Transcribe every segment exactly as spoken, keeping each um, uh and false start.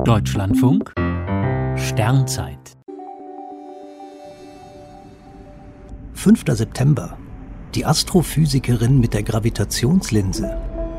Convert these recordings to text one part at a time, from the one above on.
Deutschlandfunk Sternzeit fünfter September. Die Astrophysikerin mit der Gravitationslinse.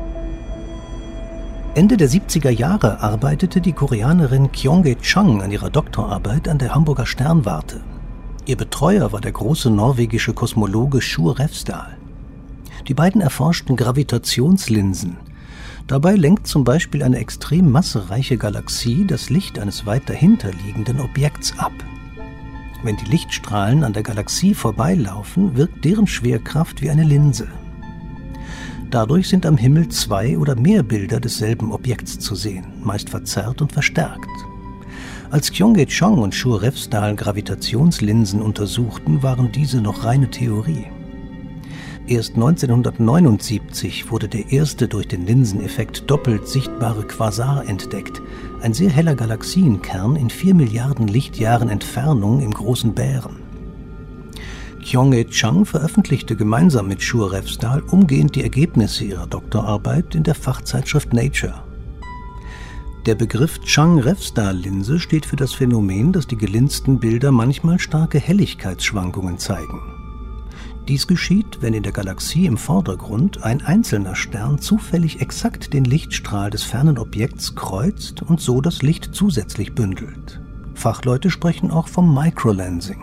Ende der siebziger Jahre arbeitete die Koreanerin Kyung-Hae Chung an ihrer Doktorarbeit an der Hamburger Sternwarte. Ihr Betreuer war der große norwegische Kosmologe Sjur Refsdal. Die beiden erforschten Gravitationslinsen. Dabei lenkt zum Beispiel eine extrem massereiche Galaxie das Licht eines weit dahinter liegenden Objekts ab. Wenn die Lichtstrahlen an der Galaxie vorbeilaufen, wirkt deren Schwerkraft wie eine Linse. Dadurch sind am Himmel zwei oder mehr Bilder desselben Objekts zu sehen, meist verzerrt und verstärkt. Als Kyung-Hae Chung und Sjur Refsdal Gravitationslinsen untersuchten, waren diese noch reine Theorie. Erst neunzehnhundertneunundsiebzig wurde der erste durch den Linseneffekt doppelt sichtbare Quasar entdeckt, ein sehr heller Galaxienkern in vier Milliarden Lichtjahren Entfernung im Großen Bären. Kyung-Hae Chung veröffentlichte gemeinsam mit Sjur Refsdal umgehend die Ergebnisse ihrer Doktorarbeit in der Fachzeitschrift Nature. Der Begriff Chung-Refsdal-Linse steht für das Phänomen, dass die gelinsten Bilder manchmal starke Helligkeitsschwankungen zeigen. Dies geschieht, wenn in der Galaxie im Vordergrund ein einzelner Stern zufällig exakt den Lichtstrahl des fernen Objekts kreuzt und so das Licht zusätzlich bündelt. Fachleute sprechen auch vom Microlensing.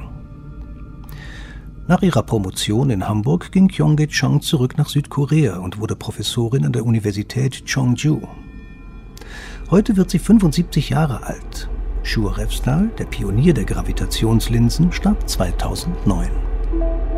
Nach ihrer Promotion in Hamburg ging Kyung-Hae Chung zurück nach Südkorea und wurde Professorin an der Universität Cheongju. Heute wird sie fünfundsiebzig Jahre alt. Sjur Refsdal, der Pionier der Gravitationslinsen, starb zweitausendneun.